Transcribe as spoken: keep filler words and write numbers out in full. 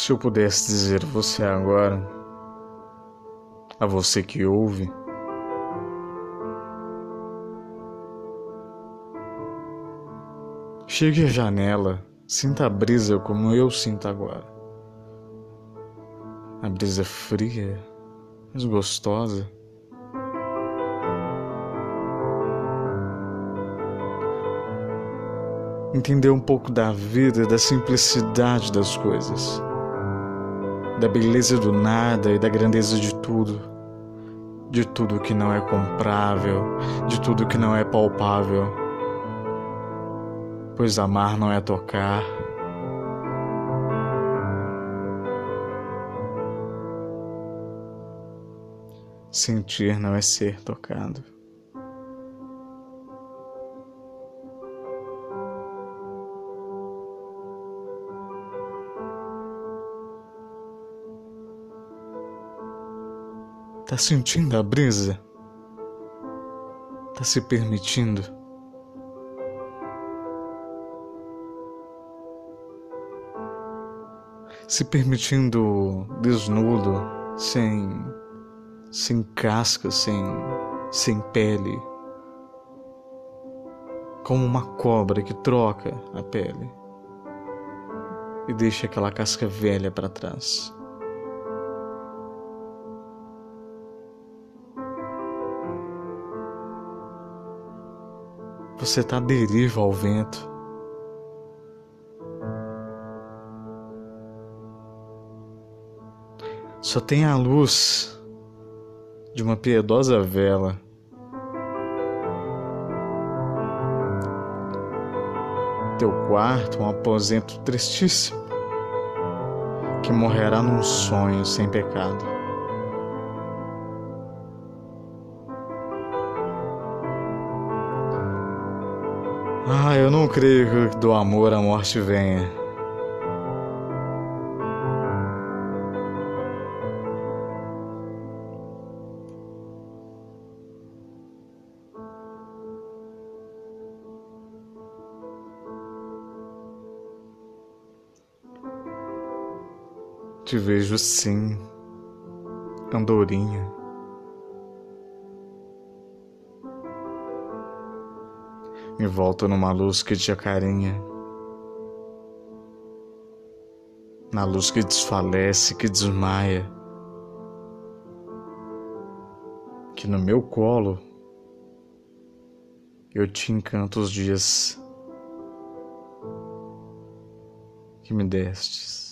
Se eu pudesse dizer a você agora, a você que ouve, chegue à janela, sinta a brisa como eu sinto agora. A brisa fria, mas gostosa. Entender um pouco da vida e da simplicidade das coisas, da beleza do nada e da grandeza de tudo, de tudo que não é comprável, de tudo que não é palpável, pois amar não é tocar. Sentir não é ser tocado. Tá sentindo a brisa? Tá se permitindo? Se permitindo desnudo, sem, sem casca, sem, sem pele, como uma cobra que troca a pele e deixa aquela casca velha para trás. Você tá à deriva ao vento. Só tem a luz de uma piedosa vela. Teu quarto, um aposento tristíssimo, que morrerá num sonho sem pecado. Ah, eu não creio que do amor a morte venha. Te vejo sim, andorinha. Envolta numa luz que te acarinha, na luz que desfalece, que desmaia, que no meu colo eu te encanto os dias que me destes.